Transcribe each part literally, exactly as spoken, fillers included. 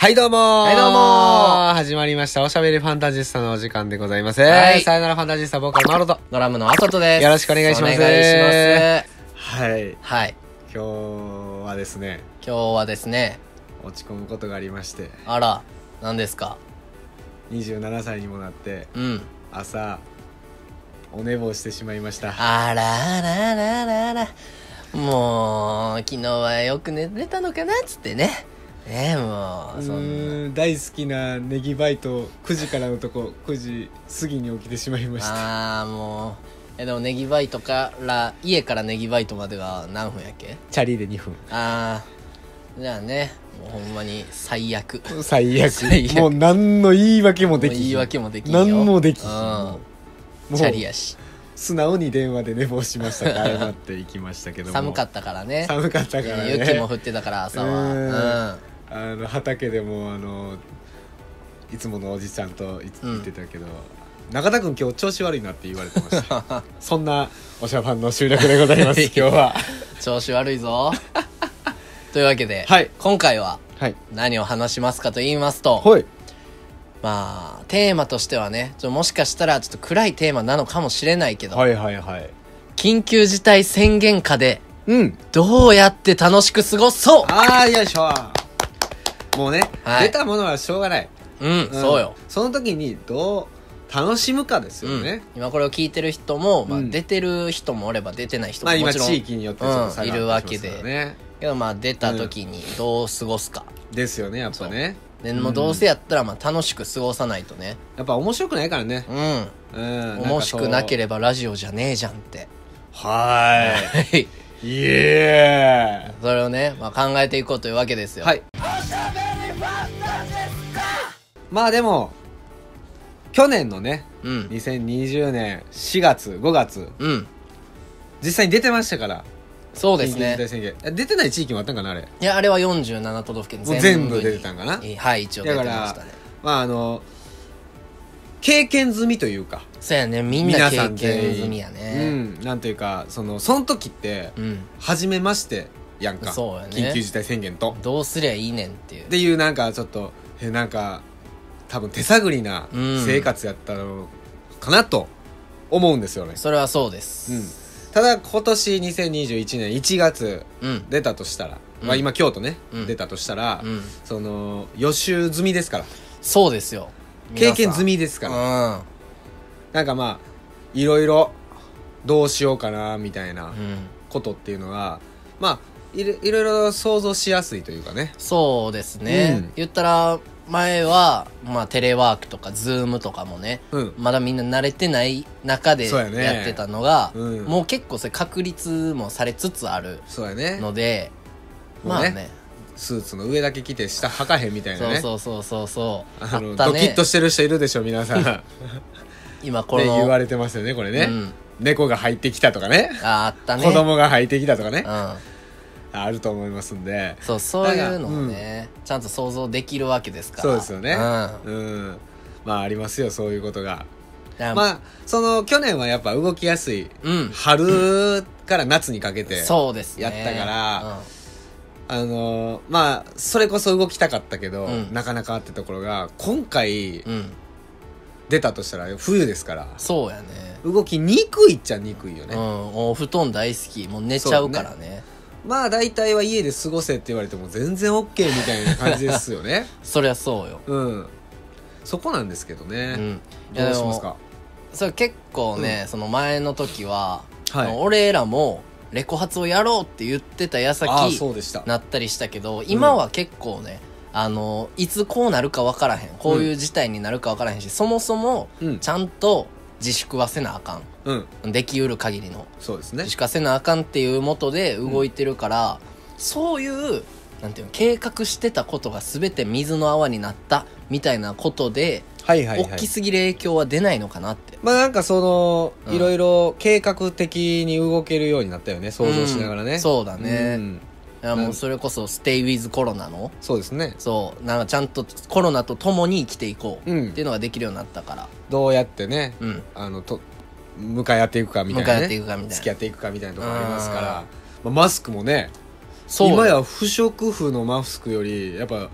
はいどうもーはいどうもー始まりましたおしゃべりファンタジスタのお時間でございます、 はい、 さよならファンタジスタボーカルマロトドラムのあさとです。 よろしくお願いします。 お願いしますはいはい。 今日はですね今日はですね落ち込むことがありまして、 あら何ですか。 にじゅうななさいにもなってうん朝お寝坊してしまいました。 あらあらあらあらあらもう昨日はよく寝れたのかなっつってねねえもうそんな大好きなネギバイトくじからのとこくじ過ぎに起きてしまいました。 ああもうえでもネギバイトから家からネギバイトまでは何分やっけ。 チャリでにふん。 ああじゃあねもうほんまに最悪最悪最悪もう何の言い訳もできん。 言い訳もできんよ。 何もできん。 うんもうチャリやし素直に電話で寝坊しましたから謝っていきましたけども寒かったからね。 寒かったからね。 雪も降ってたから朝は。 うんうんあの畑でもあのいつものおじちゃんといつうん言ってたけど、中田君今日調子悪いなって言われてましたそんなおしゃばんの収録でございます今日は調子悪いぞというわけで、 はい今回ははい何を話しますかと言いますと、 ほいまあテーマとしてはねちょもしかしたらちょっと暗いテーマなのかもしれないけど、 はいはいはい緊急事態宣言下でうんどうやって楽しく過ごそう。 ああよいしょもうね、 はい出たものはしょうがない、 うん、 んそうよ。 その時にどう楽しむかですよね、 うん、今これを聞いてる人も、まあ、 うん出てる人もおれば出てない人まあ今ももちろん、 地域によってちょっと差があったりしますからうんいるわけでね、 けどまあ出た時にどう過ごすか、 ですよねやっぱね。 でもうどうせやったらまあ楽しく過ごさないとね。 やっぱ面白くないからね。 うんうん面白くなけれればラジオじゃねえじゃんってばははいいイエそれをね、まあ、考えていこうというわけですよ。 ーはい。まあでも去年のねうんにせんにじゅうねんしがつごがつうん実際に出てましたから。 そうです緊急事態ね。 宣言え出てない地域もあったんかなあれ。 いやあれはよんじゅうなな都道府県もう全部に全部出てたんかな。 えはい一応出てましたね。 まああの経験済みというかそうやねみんな皆さ経ん全員験済みやうね。 んなんというかそのその時ってうん初めましてやんか。 そうやね緊急事態宣言とどうすりゃいいねんっていうっていうなんかちょっとえなんか多分手探りなうん生活やったのかなと思うんですよね、 それはそうですうん、ただ今年にせんにじゅういちねんいちがつうん出たとしたら、 うんまあ、今京都ね、 うん出たとしたら、 うんその予習済みですからそうですよ。 経験済みみですから、 うんなんかまあいろいろどうしようかなみたいなうんことっていうのはまあいろいろいろ想像しやすいというかね。 そうですね、 うん言ったら前は、まあ、テレワークとかズームとかもねうんまだみんな慣れてない中でそうやねやってたのが、 うんもう結構それ確立もされつつあるそうやね。 のでもうねまあねスーツの上だけ着て下履かへんみたいなそうね。 そうそうそうそうあのあったねドキッとしてる人いるでしょ皆さんね今この、 言われてますよねこれね、 うん、 猫が入ってきたとかねああったね子供が入ってきたとかねうんあると思いますんでそうそういうのもね、ちゃんと想像できるわけですから。 そうですよねうん、 うんまあありますよそういうことが。 だからまあその去年はやっぱ動きやすいうん春から夏にかけてそうですねやったからあのーまあそれこそ動きたかったけど、 うんなかなかってところが今回うん、うん、 出たとしたら冬ですからそうやね。 動きにくいっちゃにくいよね、 うん、お布団大好きもう寝ちゃうからね。 まあ大体は家で過ごせって言われても全然 OK みたいな感じですよねそりゃそうよ。 うんそこなんですけどうね、 ん、 どうしますか。 それ結構ね、その前の時は、 はい俺らもレコ発をやろうって言ってた矢先ああそうでしたなったりしたけど、今は結構ねあのいつこうなるか分からへんこういう事態になるか分からへんし、そもそもうんちゃんと自粛はせなあかうんんできうる限りのそうですね自粛はせなあかんっていうもとで動いてるから、そういうなんていうの計画してたことが全て水の泡になったみたいなことで、 はいはいはい大きすぎる影響は出ないのかなって。 まあなんかその、 うんいろいろ計画的に動けるようになったよね想像しながらね、 うんそうだね、 うんいやもうそれこそステイウィズコロナのそうですねそうなんかちゃんとコロナと共に生きていこううんっていうのができるようになったからどうやってねうんあのと向かい合っていくかみたい向かい合なねっていくかみたいな付き合っていくかみたいなところありますから、まあ、マスクもねそう今や不織布のマスクよりやっぱ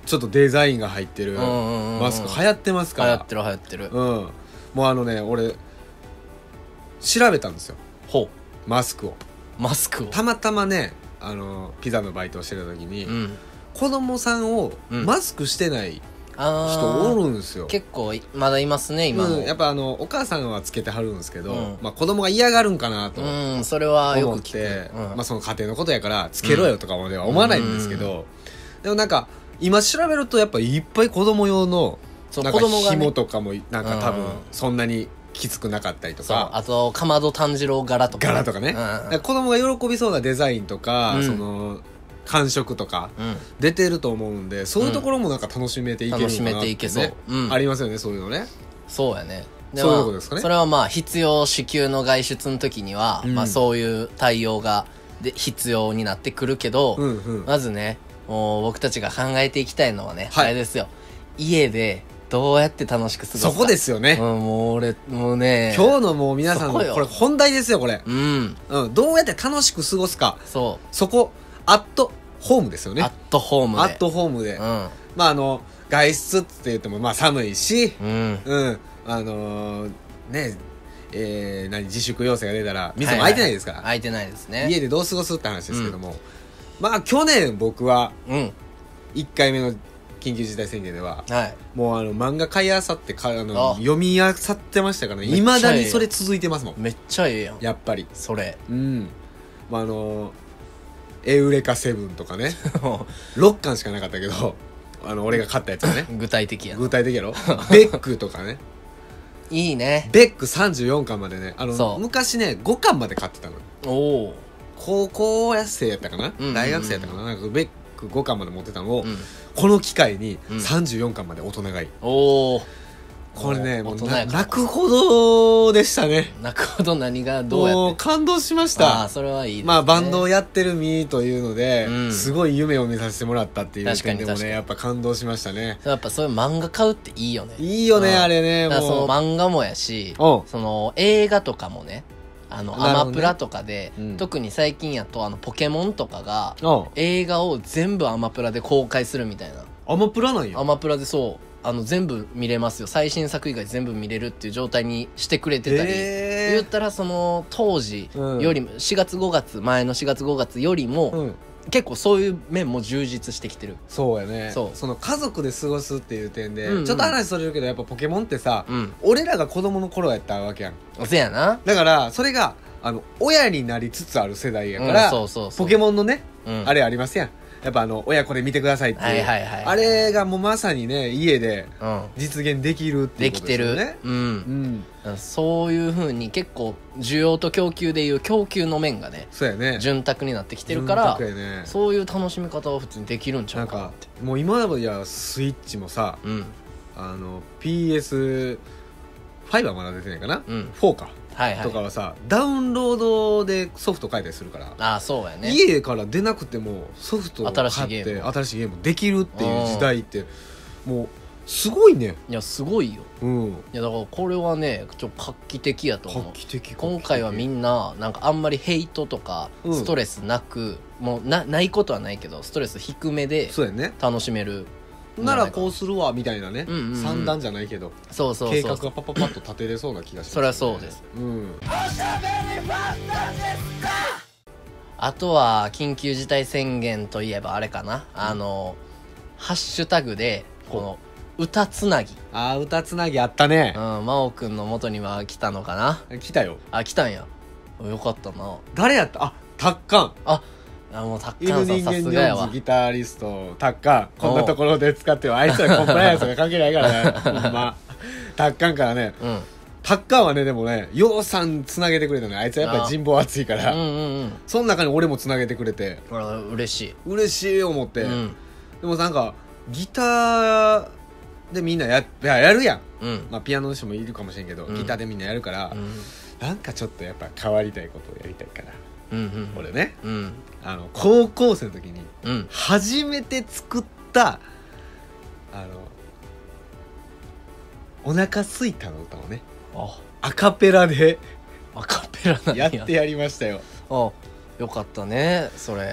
ちょっとデザインが入ってるうんうんうんうんマスク流行ってますから。 流行ってる流行ってる。 うんもうあのね俺調べたんですよほマスクを。 うマスクを。 たまたまねあのピザのバイトをしてた時に、 うん、 子供さんをうんマスクしてないあ人おーるんですよ。 結構いまだいますね今も。 うん、やっぱあのお母さんはつけてはるんですけど、 うんまあ、子供が嫌がるんかなとうんそれはよ思っく聞て、 く。うんまあ、その家庭のことやからつけろよとかまでは思わないんですけど、でもなんか今調べるとやっぱいっぱい子供用のそうなんか子供がね紐とかもなんか多分うんそんなにきつくなかったりとそうか、 あとかまど炭治郎柄とか柄とかね、 うんだから子供が喜びそうなデザインとか、 うんその感触とかうん出てると思うんで、そういうところもなんか楽しめていけるのかなって、ね、 楽しめていけそううんありますよねそういうのね。 そうやね。でそういうまあことですかねそれはまあ必要支給の外出の時には、 うんまあそういう対応がで必要になってくるけど、 うんうんまずねもう僕たちが考えていきたいのはね、 はいあれですよ。家でどうやって楽しく過ごすか。 そこですよね、 うん、もう俺もうね今日のもう皆さんのそこよこれ本題ですよこれ、 うんうん、どうやって楽しく過ごすか、 そそこアットホームですよう、 ね。 アットホームでアットホームで、 うんまああの外出って言ってもまあ寒いし、 うんうんあのーねえー、何自粛要請が出たら店も開いてないですから、 空いてないですね。 家でどう過ごすって話ですけども、まあ去年僕はうんいっかいめの緊急事態宣言でははいもうあの漫画買いあさってかあのあ読みあさってましたからね。 めっちゃええやんいまだにそれ続いてますもんめっちゃええやんやっぱり。 それうんまああのエウレカセブンとかねろっかんしかなかったけどあの俺が買ったやつはね具体的やな具体的やろベックとかねいいね。 ベックさんじゅうよんかんまでねあのそう昔ねごかんまで買ってたの。 おお高校生やったかな、 うんうんうん大学生やったかななんかベックごかんまで持ってたのを、 うんこの機会にうんさんじゅうよんかんまで大人買い、 おおこれねもう大人やからな泣くほどでしたね。 泣くほど何がどうやってもう感動しましああた。 それはいいですね。 まあバンドをやってる身というので、 うんすごい夢を見させてもらったっていう確かに点でも確かにねやっぱ感動しましたね。 やっぱそういう漫画買うっていいよね。 いいよねうんあれねだからそのもう漫画もやしおうその映画とかもねあのなるほどねアマプラとかで、 うん特に最近やとあのポケモンとかがおう映画を全部アマプラで公開するみたいな。 アマプラなんやアマプラでそうあの全部見れますよ。最新作以外全部見れるっていう状態にしてくれてたり、 へー言ったらその当時うんよりもしがつごがつ前のしがつごがつよりも、 うん結構そういう面も充実してきてる。 そうやねそうの家族で過ごすっていう点で、 うんうんちょっと話それるけどやっぱポケモンってさ、 うん俺らが子供の頃やったわけやん。 せやな。 だからそれがあの親になりつつある世代やから、 うんそうそうそうポケモンのね、 うんあれありますやんやっぱあの親これ見てくださいっていう、 はいはいはいあれがもうまさにね家でうん実現できるっていうことできてるですよね。 ううんんそういう風に結構需要と供給でいう供給の面がねそうやね潤沢になってきてるから潤沢やねそういう楽しみ方は普通にできるんちゃなかうんかなって。 もう今まではスイッチもさうんあの ピーエスファイブ はまだ出てないかな、 うんフォーか、 はいはいとかはさダウンロードでソフト買えたりするから、 ああそうやね。 家から出なくてもソフトを買って新しいゲーム新しいゲームできるっていう時代ってもうすごいね。 いやすごいよ。 うんいやだからこれはねちょっと画期的やと思う画。期的今回はみなんななんかあんまりヘイトとかうんストレスなく、もうなないことはないけどストレス低めでそうやね楽しめる。 ならこうするわみたいなね、 うんうんうん算段じゃないけどそうそう計画そうがパッパッパッと立てれそうな気がします、ね、 そりゃそうです。 うんあとは緊急事態宣言といえばあれかな、あのハッシュタグでこの歌つなぎ、 あー歌つなぎあったねうん、真央くんの元には来たのかな。 来たよ。 あ来たんや。よかったな。 誰やったあタッカンああもうタッ犬カンさんさ人間ジすがやわョーンズギタリストタッカンこんなところで使ってはあいつらコンプライアンスが関係ないからねほんまタッカンからねうんタッカンはねでもねようさんつなげてくれたね。あいつはやっぱり人望厚いから、 うんうんうんその中に俺もつなげてくれてこれは嬉しい。 嬉しい思って、 うんでもなんかギターでみんなやややるやん、 うんまあ、ピアノの人もいるかもしれんけど、 うんギターでみんなやるから、 うんなんかちょっとやっぱ変わりたいことをやりたいからうんうん俺ねうんあの高校生の時にうん初めて作ったあのお腹すいたの歌をねあアカペラでアカペラなんやってやりましたよ。 あよかったねそれ。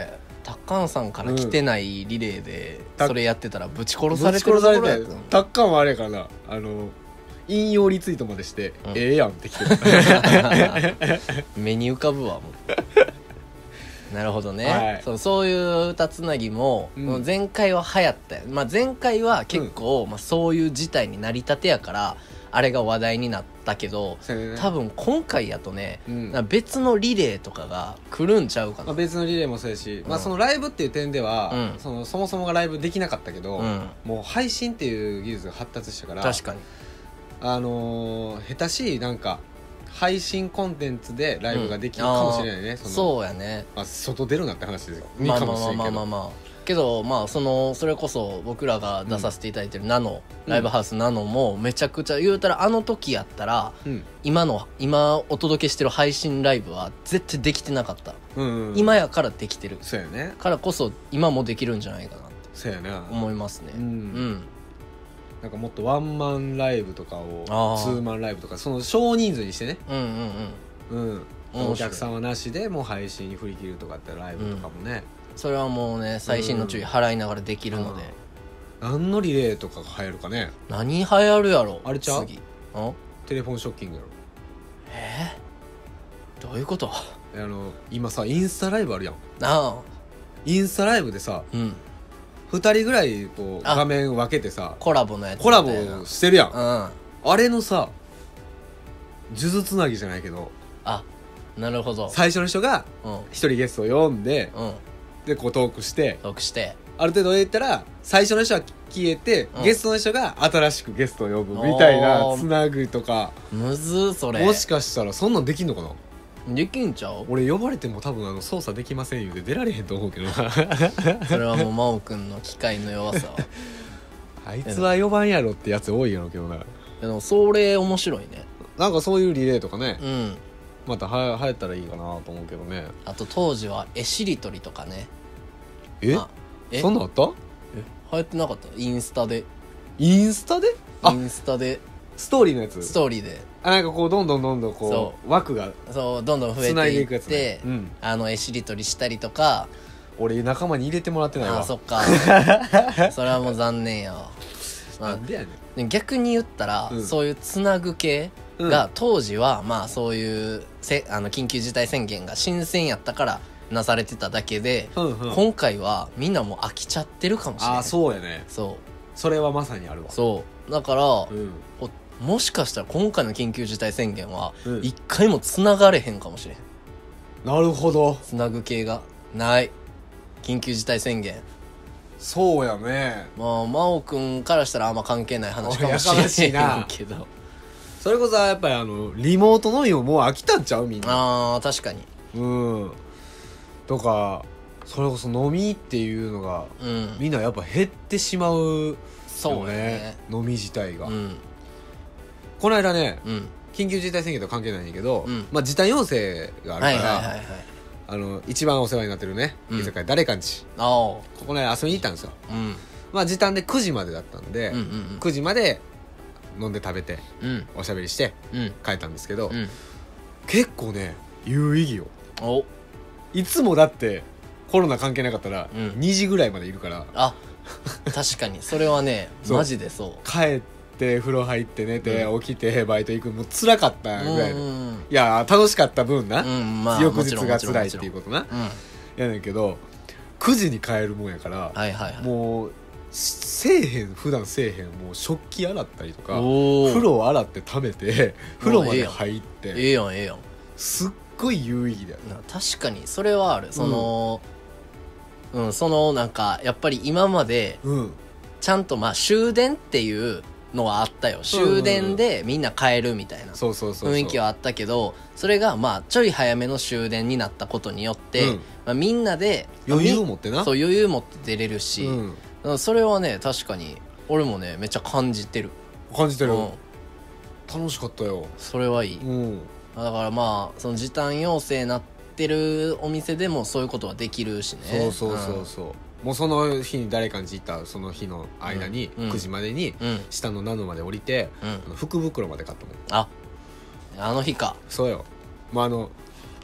タッカンさんから来てないリレーでうんそれやってたらぶち殺さぶちれてる殺されてところやったのタッカンはあれやからなあの引用リツイートまでして、 うんええやんって来てる目に浮かぶわもうなるほどね、 はいそうそういう歌つなぎも、 うん前回は流行ったよ、まあ、前回は結構、まあ、そういう事態になりたてやからあれが話題になったけどそうやね多分今回やとね、 うんなんか別のリレーとかが来るんちゃうかな、 まあ、別のリレーもそうやし、まあ、 うんそのライブっていう点では、 うんそのそもそもがライブできなかったけど、 うん、 もう配信っていう技術が発達したから確かにあのー、下手しいなんか配信コンテンツでライブができるかもしれないね、 うんそのそうやねまあ、外出るなって話ですよまあかまあまあまあもしれんけどまあまあけどまあそのそれこそ僕らが出させていただいてるナノ、 うんライブハウスナノもめちゃくちゃ言うたらあの時やったらうん今の今お届けしてる配信ライブは絶対できてなかった、 うんうん今やからできてるそうやねからこそ今もできるんじゃないかなってそうやね思いますねうんうんなんかもっとワンマンライブとかをあーツーマンライブとかその少人数にしてねうんうんうんうん面白いお客さんはなしでもう配信に振り切るとかってライブとかもね、 それはもうね細心の注意払いながらできるので、 何のリレーとかが流行るかね何流行るやろあれちゃう次んテレフォンショッキングやろえー、どういうことああの今さインスタライブあるやんあインスタライブでさうんふたりぐらいこうあ画面分けてさコラボのやつコラボみたいなしてるやんうんあれのさ数珠つなぎじゃないけどあなるほど最初の人がうん一人ゲストを呼んでうんでこうトークしてトークしてある程度言ったら最初の人は消えて、 うんゲストの人が新しくゲストを呼ぶみたいなおーつなぐとかむずーそれもしかしたらそんなんできんのかなできんちゃう俺呼ばれても多分あの操作できません言うて出られへんと思うけどなそれはもう真央くんの機械の弱さはあいつは呼ばんやろってやつ多いやろうけどなでもそれ面白いねなんかそういうリレーとかねうんまたは流行ったらいいかなと思うけどねあと当時は絵しりとりとかねえあえそんなんあったえ流行ってなかったインスタでインスタであインスタでストーリーのやつストーリーであなんかこうどんどんどんどんこそう枠がそうどんどん増えつないていっでいくやつねて、 うんあの絵しりとりしたりとか俺仲間に入れてもらってないわあそっかそれはもう残念やわ、まあなんでやねんで逆に言ったら、 うんそういうつなぐ系うんが、当時はまあそういうせあの緊急事態宣言が新鮮やったからなされてただけで、 うんうん今回はみんなもう飽きちゃってるかもしれないあそうやねそそれはまさにあるわうそうだから、 うんこもしかしたら今回の緊急事態宣言はうん一回もつながれへんかもしれんなるほどつなぐ系がない緊急事態宣言そうやねまあ真央くんからしたらあんま関係ない話かもしれおやかましいなないけどそれこそやっぱりあのリモート飲みももう飽きたんちゃうみんなあー確かにうんとかそれこそ飲みっていうのがうんみんなやっぱ減ってしまうよそうやね飲み自体が、 うんこの間ねうん緊急事態宣言とは関係ないんだけど、 うんまあ時短要請があるから、 はいはいはいはいあの一番お世話になってるねうん居酒屋誰かんちああここね遊びに行ったんですようんまあ時短でくじまでだったんで、 うんうんくじまで飲んで食べてうんおしゃべりしてうん帰ったんですけど、 うん結構ね有意義よおいつもだってコロナ関係なかったらうんにじぐらいまでいるから、 あ確かにそれはねそうマジでそ帰って風呂入って寝て、 う起きてバイト行くもう辛かったうぐらいの、いうんや楽しかった分な、 うんまあ翌日もちろんが辛いっもちろんもちろんていうことなうんやねんけどくじに帰るもんやから、 はいはいはいもうせえへん普段せえへんもう食器洗ったりとかおー風呂洗って食べて風呂まで入ってええやんええやんすっごい有意義だよな確かにそれはあるそのうん、そのなんかやっぱり今までうんちゃんとまあ終電っていうのはあったよ終電でみんな帰るみたいなそうそうそうそう雰囲気はあったけどそれがまあちょい早めの終電になったことによって、 うんまあ、みんなで余裕をみ持ってなそう余裕持って出れるし、 うんうんそれはね確かに俺もねめっちゃ感じてる感じてる、 うん、 楽しかったよそれはいい、 うんだからまあその時短要請なってるお店でもそういうことはできるしねそうそうそうそう、もうその日に誰かに行ったその日の間に、 うんくじまでにうんうん、 下のナノまで降りて、 うんあの福袋まで買ったもんああの日かそうよまああの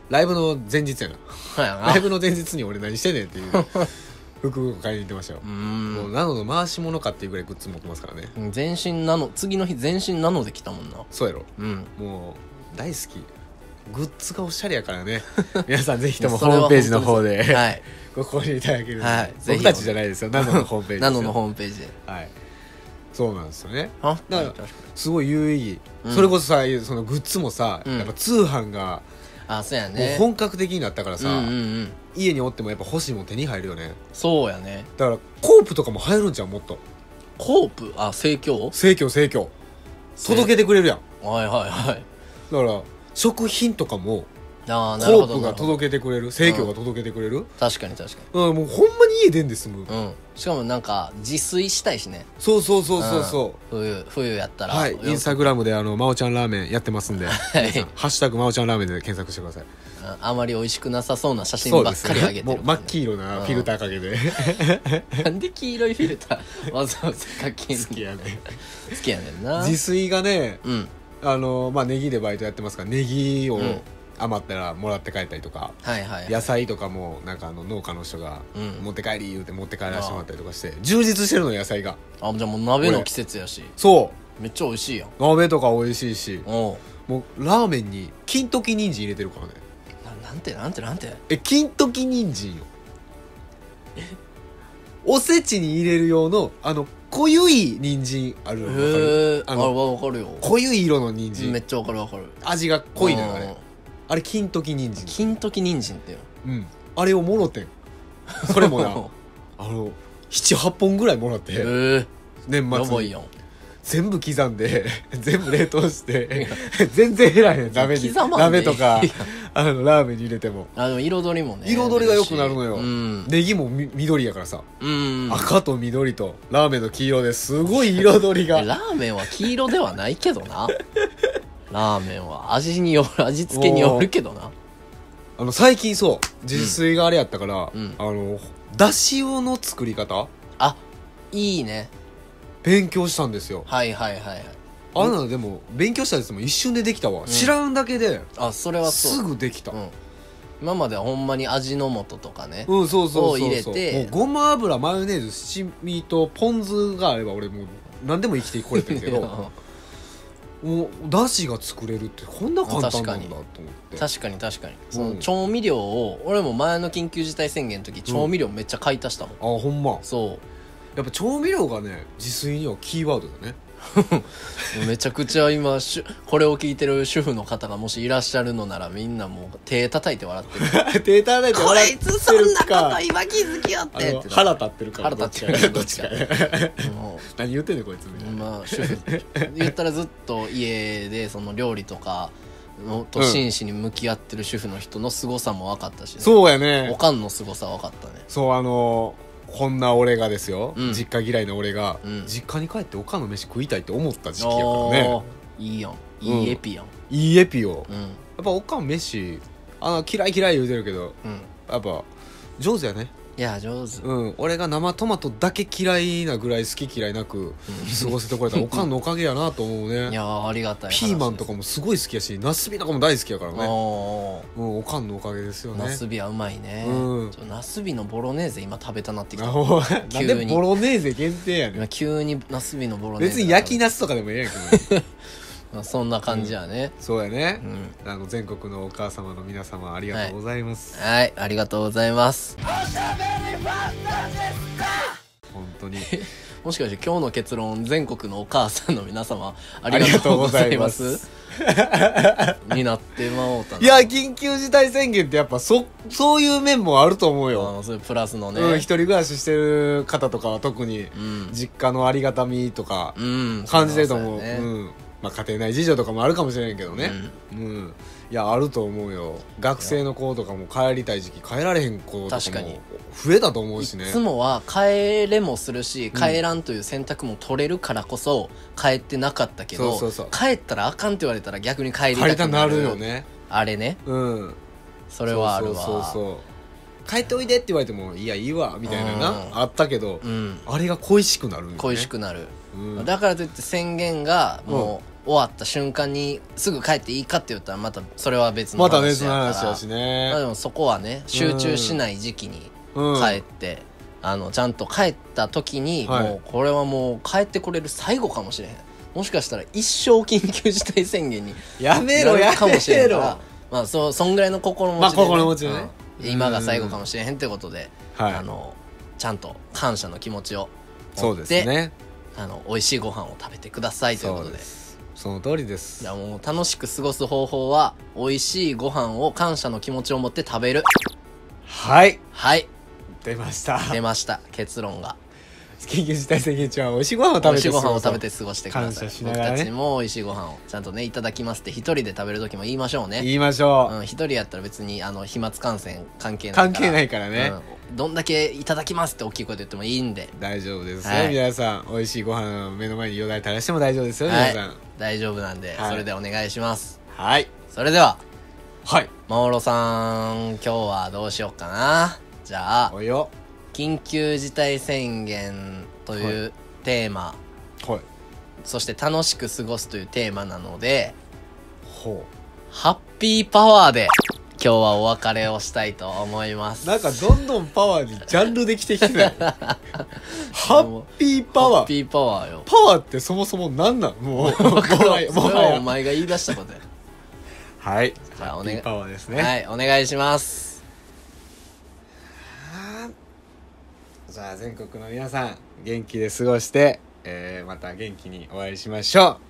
ライブの前日やなそうやなライブの前日に俺何してんねんっていう服を買いに行ってましたよ。 うーもうんナノの回し物かっていうぐらいグッズ持ってますからね。 全身ナノ次の日全身ナノで来たもんな。 そうやろ。 うんもう大好き。グッズがおしゃれやからね皆さんぜひともホームページの方ではいご購入いただけるので、 はい、ぜひ僕たちじゃないですよナノのホームページですよナノのホームページではいそうなんですよね。 あだから確かにすごい有意義、 うんそれこそさそのグッズもさ、 うんやっぱ通販があそうやもうね本格的になったからさ、 うんうんうん家におってもやっぱ欲しいもん手に入るよね。 そうやね。 だからコープとかも入るんじゃんもっと。 コープあ生協生協生協届けてくれるやん。 はいはいはいだから食品とかもああなるほどコープが届けてくれる生協が届けてくれる、 確かに確かうん、もうほんまに家出んで済む、 にうんしかもなんか自炊したいしねそうそうそうそうそ冬冬やったう、 らはいインスタグラムであのまおちゃんラーメンやってますんで、 い皆さんハッシュタグまおちゃんラーメンで検索してください。 ああまり美味しくなさそうな写真そうですばっかり上げてるもうからね真っ黄色なフィルターかけて、 なんで黄色いフィルターわざわざかけんの好きやね好きやねんな自炊がねうんあのまあネギでバイトやってますからネギをうん余ったらもらって帰ったりとか、 はいはいはい野菜とかもなんかあの農家の人がうん持って帰り言うて持って帰らせてもらったりとかして充実してるの野菜が。 あじゃあもう鍋の季節やしそめっちゃ美味しいやんう鍋とか美味しいしおうもうラーメンに金時人参入れてるからね。 ななんてなんてなんてえ金時人参よ。おせちに入れる用のあの濃ゆい人参あるの分かへるえああのわかるよ濃ゆい色の人参めっちゃわかるわかる味が濃いのよあうんれあれ金時人参金時人参ってようんあれをもろてんそれもなあのななはっぽんぐらいもらってへえ年末にやばいやん全部刻んで全部冷凍して全然減らへん鍋に刻まんで鍋とかいやあのラーメンに入れてもあでも彩りもね彩りが良くなるのようんネギもみ緑やからさうん赤と緑とラーメンの黄色ですごい彩りがえラーメンは黄色ではないけどなラーメンは味による味付けによるけどなあの最近そう自炊があれやったから、 うんあのだし用の作り方あいいね勉強したんですよ。 はいはいはいはいあんなのでも勉強したやつも一瞬でできたわ、 ん知らんだけであそれはそうすぐできた、 うん今まではほんまに味の素とかねうん、そうそうそうそうを入れてもうごま油マヨネーズ七味とポン酢があれば俺もう何でも生きてこれてるけどもうだしが作れるってこんな簡単なんだと思って確かに確かにそうんの調味料を俺も前の緊急事態宣言の時調味料めっちゃ買い足したもん、 あほんまそやっぱ調味料がね自炊にはキーワードだねうめちゃくちゃ今しゅこれを聞いてる主婦の方がもしいらっしゃるのならみんなもう手叩いて笑ってる手叩いてこ笑っていつそんなることか今気づきよっあてっての腹立ってるから腹立ってるどっちかどっちかも何言ってんねんこいつみたういな、 まあ主婦言ったらずっと家でその料理とかのと真摯に向き合ってる主婦の人の凄さも分かったし、ねそうやおねかんの凄さ分かったねそうあのこんな俺がですよ、 うん実家嫌いな俺が、 うん実家に帰っておかんの飯食いたいって思った時期やからねあーいいやんいいエピやんいいエピを、 うんやっぱおかん飯あの嫌い嫌い言うてるけどうんやっぱ上手やねいや上手うん俺が生トマトだけ嫌いなぐらい好き嫌いなく過ごせてこれたらおかんのおかげやなと思うねいやーありがたいピーマンとかももすごい好きやしナスビとかも大好きやからねおうんおかんのおかげですよねナスビはうまいね、 うんちょナスビのボロネーゼ今食べたなってきたあほんまなん急にでボロネーゼ限定やねん今急にナスビのボロネーゼ別に焼きナスとかでもええやんけどまあそんな感じやねそうやねう、んあの全国のお母様の皆様ありがとうございます、 はいありがとうございます本当にもしかして今日の結論全国のお母さんの皆様ありがとうございますになってまおうたないや緊急事態宣言ってやっぱそそういう面もあると思うよ、 あそういうプラスのねうん、一人暮らししてる方とかは特にうん実家のありがたみとかうん感じてると思う、 そうだよねうんまあ、家庭内事情とかもあるかもしれんけどね、うんいやあると思うよ。学生の子とかも帰りたい時期帰られへん子とかも確かに増えたと思うしね。 いつもは帰れもするし帰らんという選択も取れるからこそ帰ってなかったけど、 そうそうそう帰ったらあかんって言われたら逆に帰り帰りたたくなるなるよね。 あれねうんそれはあるわそうそうそうそう帰っておいでって言われてもいやいいわみたいなな、 うんあったけど、 うんあれが恋しくなるんよね。 恋しくなる、 うんだからといって宣言がもう終わった瞬間にすぐ帰っていいかって言ったらまたそれは別のまた話別のやから話やしねまあでもそこはね集中しない時期にうん帰って、あのちゃんと帰った時に、 はいもうこれはもう帰ってこれる最後かもしれへん、もしかしたら一生緊急事態宣言にやめなろやるかもしれめろんからまあそそんぐらいの心持ちで、ね、 まあ心持ちでねうん今が最後かもしれへんってことで、 はいあのちゃんと感謝の気持ちをそう持って、 ですねあの美味しいご飯を食べてくださいということでそうですその通りですいやもう楽しく過ごす方法は美味しいご飯を感謝の気持ちを持って食べる。 はいはい出ました出ました結論が緊急事態宣言中は美味しいご飯を食べて美味しいご飯を食べ過て過ごしてください。 感謝しながらね僕たちも美味しいご飯をちゃんとねいただきますって一人で食べる時も言いましょうね。 言いましょう、 うん、一人やったら別にあの飛沫感染関係ないから関係ないからね、 うん、どんだけいただきますって大きい声で言ってもいいんで大丈夫ですよ、 はい皆さん美味しいご飯を目の前によだれ垂らしても大丈夫ですよ、 はい皆さん大丈夫なんで、 はいそれでお願いします。 はいそれでははいマオロさん今日はどうしようかな。じゃあおよ緊急事態宣言というテーマ、 はいそして楽しく過ごすというテーマなのでほハッピーパワーで今日はお別れをしたいと思います。 うなんかどんどんパワーにジャンルできてきてないハッピーパワーハッピーパワーよ。 パワーってそもそも何なんもうも分かはやる。それはおもはや前が言い出したことや。 はいじゃあお願いハッピーパワーですね、 はいお願いします。 じゃあ全国の皆さん元気で過ごして、えー、また元気にお会いしましょう。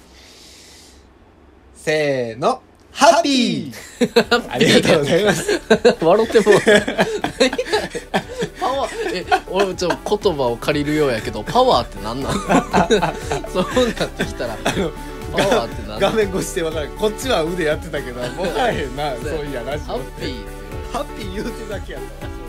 せーのハッピーありがとうございます笑ってもうたパワーえ俺ちょっと言葉を借りるようやけどパワーって何なんだそうなってきたらパワーって何な画ん面越しで分かる。こっちは腕やってたけど分からへんなそういやラジオハッってピーって言われてハッピー言うてだけやったわ